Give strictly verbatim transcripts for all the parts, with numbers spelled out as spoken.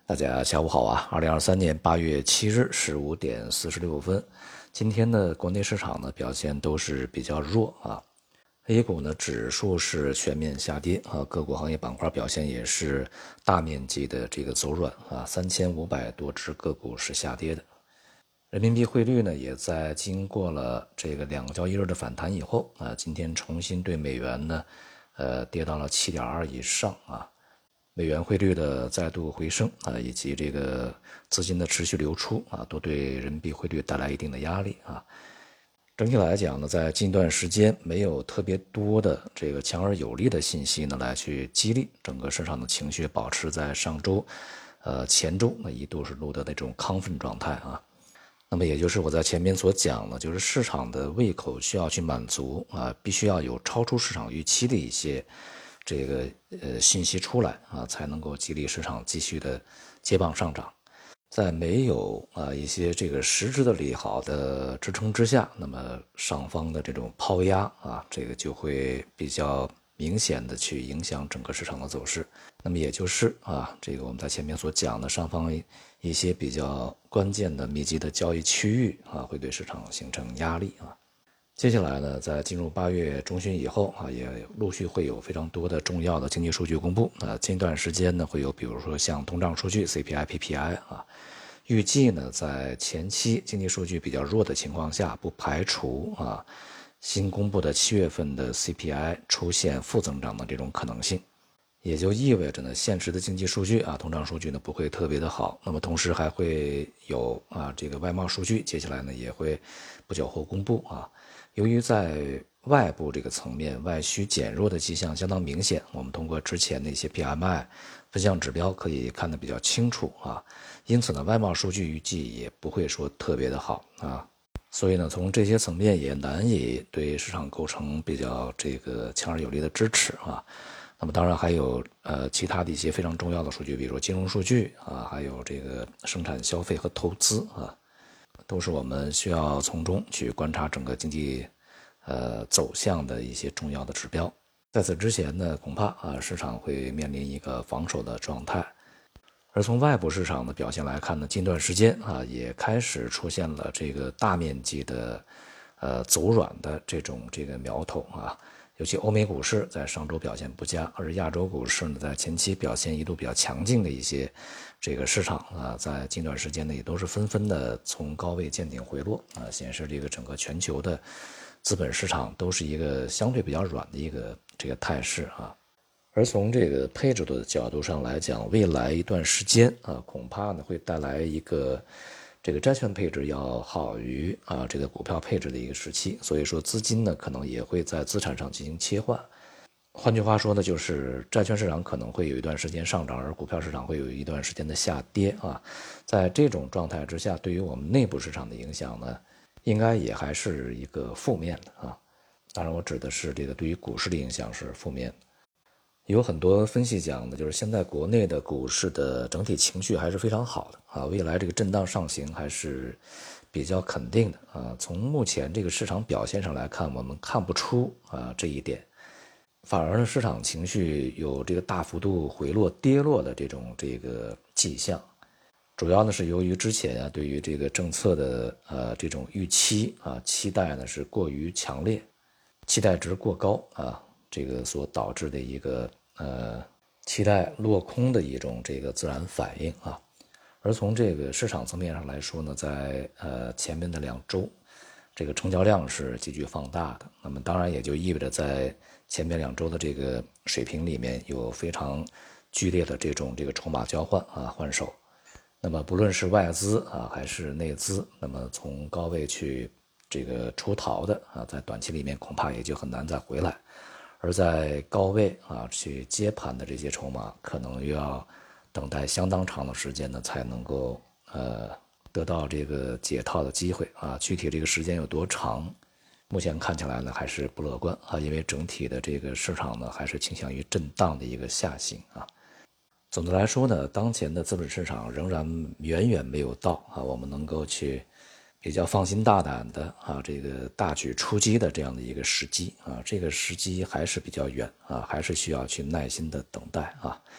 大家下午好啊！二零二三年八月七日十五点四十六分，今天的国内市场呢表现都是比较弱啊。A 股呢指数是全面下跌啊，个股行业板块表现也是大面积的这个走软啊，三千五百多只个股是下跌的。人民币汇率呢也在经过了这个两个交易日的反弹以后啊，今天重新对美元呢，呃跌到了 七点二 以上啊。美元汇率的再度回升啊，以及这个资金的持续流出啊，都对人民币汇率带来一定的压力啊。整体来讲呢，在近段时间没有特别多的这个强而有力的信息呢，来去激励整个市场的情绪，保持在上周、呃前周那一度是录得那种亢奋状态啊。那么也就是我在前面所讲的，就是市场的胃口需要去满足啊，必须要有超出市场预期的一些这个呃信息出来啊，才能够激励市场继续的接棒上涨。在没有啊一些这个实质的利好的支撑之下，那么上方的这种抛压啊，这个就会比较明显的去影响整个市场的走势。那么也就是啊，这个我们在前面所讲的上方一些比较关键的密集的交易区域啊，会对市场形成压力啊。接下来呢，在进入八月中旬以后啊，也陆续会有非常多的重要的经济数据公布啊。近段时间呢，会有比如说像通胀数据 C P I P P I 啊，预计呢在前期经济数据比较弱的情况下，不排除啊新公布的七月份的 C P I 出现负增长的这种可能性。也就意味着呢，现实的经济数据啊，通胀数据呢不会特别的好。那么同时还会有啊这个外贸数据，接下来呢也会不久后公布啊。由于在外部这个层面外需减弱的迹象相当明显，我们通过之前的一些 P M I 分项指标可以看得比较清楚啊。因此呢，外贸数据预计也不会说特别的好啊。所以呢，从这些层面也难以对市场构成比较这个强而有力的支持啊。那么当然还有呃其他的一些非常重要的数据，比如金融数据啊，还有这个生产消费和投资啊，都是我们需要从中去观察整个经济呃走向的一些重要的指标。在此之前呢，恐怕啊市场会面临一个防守的状态。而从外部市场的表现来看呢，近段时间啊也开始出现了这个大面积的呃走软的这种这个苗头啊。尤其欧美股市在上周表现不佳，而亚洲股市呢，在前期表现一度比较强劲的一些这个市场啊，在近段时间呢，也都是纷纷的从高位见顶回落啊，显示这个整个全球的资本市场都是一个相对比较软的一个这个态势啊。而从这个配置的角度上来讲，未来一段时间啊，恐怕呢会带来一个这个债券配置要好于啊这个股票配置的一个时期，所以说资金呢可能也会在资产上进行切换。换句话说呢，就是债券市场可能会有一段时间上涨，而股票市场会有一段时间的下跌啊。在这种状态之下，对于我们内部市场的影响呢，应该也还是一个负面的啊。当然，我指的是这个对于股市的影响是负面的。有很多分析讲的就是现在国内的股市的整体情绪还是非常好的啊，未来这个震荡上行还是比较肯定的啊。从目前这个市场表现上来看，我们看不出啊这一点，反而呢市场情绪有这个大幅度回落跌落的这种这个迹象，主要呢是由于之前啊对于这个政策的呃这种预期啊期待呢是过于强烈，期待值过高啊，这个所导致的一个呃，期待落空的一种这个自然反应啊。而从这个市场层面上来说呢，在呃前面的两周，这个成交量是急剧放大的。那么当然也就意味着在前面两周的这个水平里面有非常剧烈的这种这个筹码交换啊换手。那么不论是外资啊还是内资，那么从高位去这个出逃的啊，在短期里面恐怕也就很难再回来。而在高位啊去接盘的这些筹码，可能又要等待相当长的时间呢，才能够呃得到这个解套的机会啊。具体这个时间有多长，目前看起来呢还是不乐观啊，因为整体的这个市场呢还是倾向于震荡的一个下行啊。总的来说呢，当前的资本市场仍然远远没有到啊我们能够去比较放心大胆的啊，这个大举出击的这样的一个时机啊，这个时机还是比较远啊，还是需要去耐心的等待啊。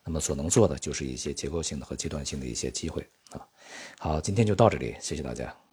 那么所能做的就是一些结构性的和阶段性的一些机会啊。好，今天就到这里，谢谢大家。